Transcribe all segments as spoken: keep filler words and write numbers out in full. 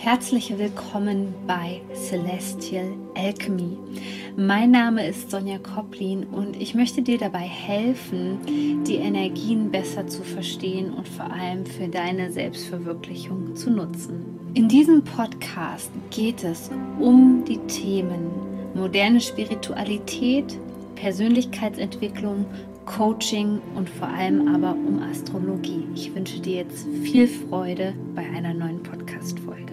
Herzlich willkommen bei Celestial Alchemy. Mein Name ist Sonja Koplin und ich möchte dir dabei helfen, die Energien besser zu verstehen und vor allem für deine Selbstverwirklichung zu nutzen. In diesem Podcast geht es um die Themen moderne Spiritualität, Persönlichkeitsentwicklung, Coaching und vor allem aber um Astrologie. Ich wünsche dir jetzt viel Freude bei einer neuen Podcast-Folge.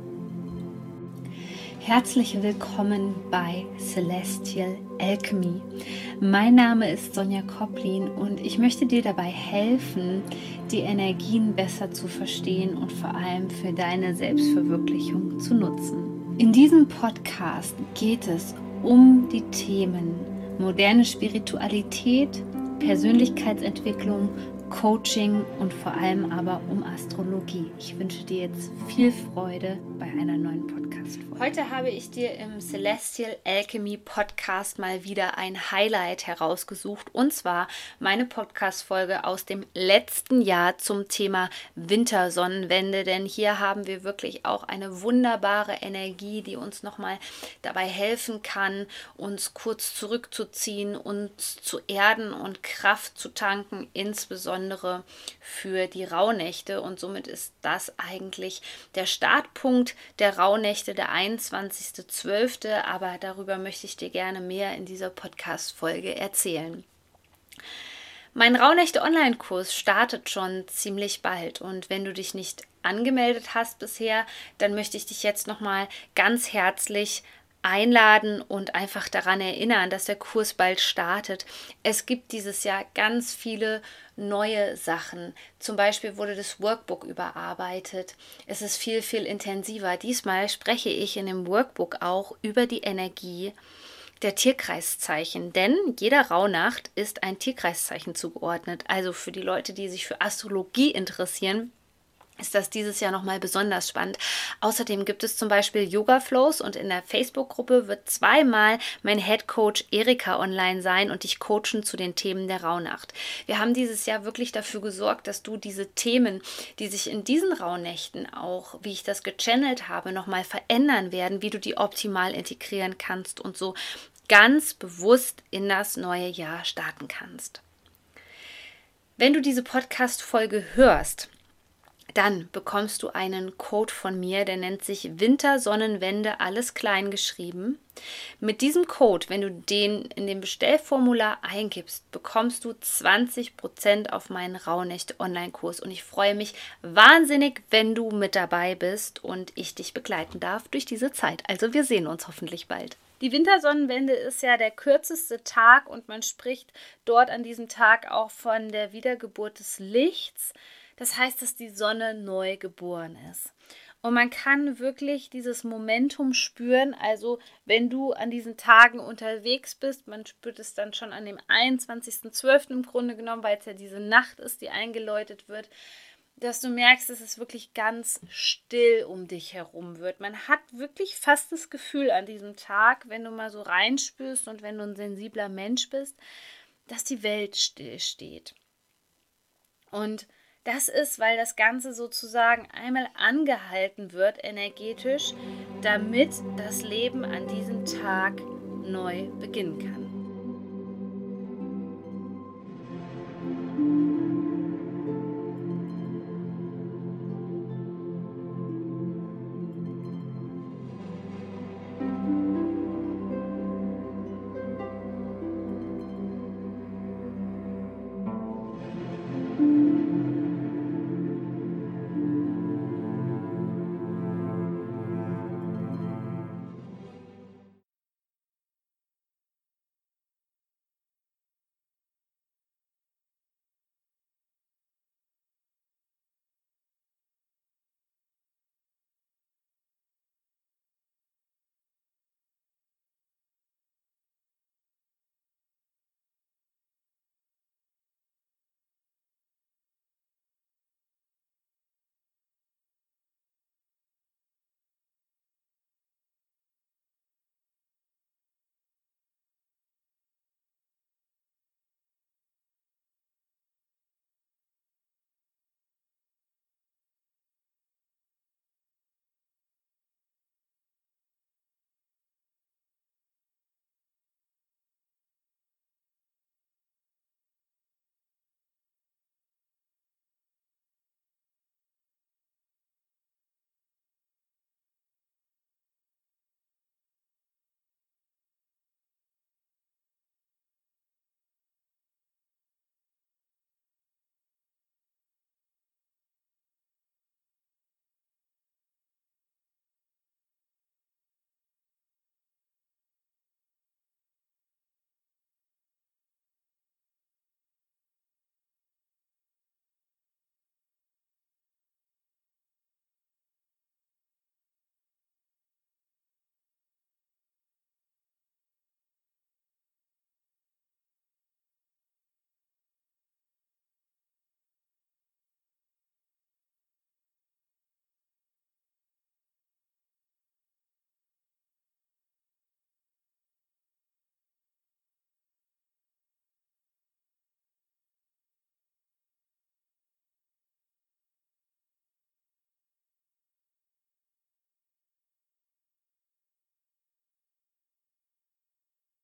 Herzlich willkommen bei Celestial Alchemy. Mein Name ist Sonja Koplin und ich möchte dir dabei helfen, die Energien besser zu verstehen und vor allem für deine Selbstverwirklichung zu nutzen. In diesem Podcast geht es um die Themen moderne Spiritualität, Persönlichkeitsentwicklung, Coaching und vor allem aber um Astrologie. Ich wünsche dir jetzt viel Freude bei einer neuen Podcast-Folge. Heute habe ich dir im Celestial Alchemy Podcast mal wieder ein Highlight herausgesucht, und zwar meine Podcast-Folge aus dem letzten Jahr zum Thema Wintersonnenwende, denn hier haben wir wirklich auch eine wunderbare Energie, die uns nochmal dabei helfen kann, uns kurz zurückzuziehen, uns zu erden und Kraft zu tanken, insbesondere für die Rauhnächte, und somit ist das eigentlich der Startpunkt der Rauhnächte, der einundzwanzigster zwölfter aber darüber möchte ich dir gerne mehr in dieser Podcast-Folge erzählen. Mein Rauhnächte-Online-Kurs startet schon ziemlich bald, und wenn du dich nicht angemeldet hast bisher, dann möchte ich dich jetzt nochmal ganz herzlich einladen und einfach daran erinnern, dass der Kurs bald startet. Es gibt dieses Jahr ganz viele neue Sachen. Zum Beispiel wurde das Workbook überarbeitet. Es ist viel, viel intensiver. Diesmal spreche ich in dem Workbook auch über die Energie der Tierkreiszeichen, denn jeder Rauhnacht ist ein Tierkreiszeichen zugeordnet. Also für die Leute, die sich für Astrologie interessieren, ist das dieses Jahr nochmal besonders spannend. Außerdem gibt es zum Beispiel Yoga-Flows, und in der Facebook-Gruppe wird zweimal mein Head-Coach Erika online sein und dich coachen zu den Themen der Rauhnacht. Wir haben dieses Jahr wirklich dafür gesorgt, dass du diese Themen, die sich in diesen Rauhnächten auch, wie ich das gechannelt habe, nochmal verändern werden, wie du die optimal integrieren kannst und so ganz bewusst in das neue Jahr starten kannst. Wenn du diese Podcast-Folge hörst, dann bekommst du einen Code von mir, der nennt sich Wintersonnenwende, alles klein geschrieben. Mit diesem Code, wenn du den in dem Bestellformular eingibst, bekommst du zwanzig Prozent auf meinen Rauhnächte-Online-Kurs. Und ich freue mich wahnsinnig, wenn du mit dabei bist und ich dich begleiten darf durch diese Zeit. Also wir sehen uns hoffentlich bald. Die Wintersonnenwende ist ja der kürzeste Tag, und man spricht dort an diesem Tag auch von der Wiedergeburt des Lichts. Das heißt, dass die Sonne neu geboren ist. Und man kann wirklich dieses Momentum spüren. Also wenn du an diesen Tagen unterwegs bist, man spürt es dann schon an dem einundzwanzigster zwölfter im Grunde genommen, weil es ja diese Nacht ist, die eingeläutet wird, dass du merkst, dass es wirklich ganz still um dich herum wird. Man hat wirklich fast das Gefühl an diesem Tag, wenn du mal so reinspürst und wenn du ein sensibler Mensch bist, dass die Welt still steht. Und das ist, weil das Ganze sozusagen einmal angehalten wird, energetisch, damit das Leben an diesem Tag neu beginnen kann.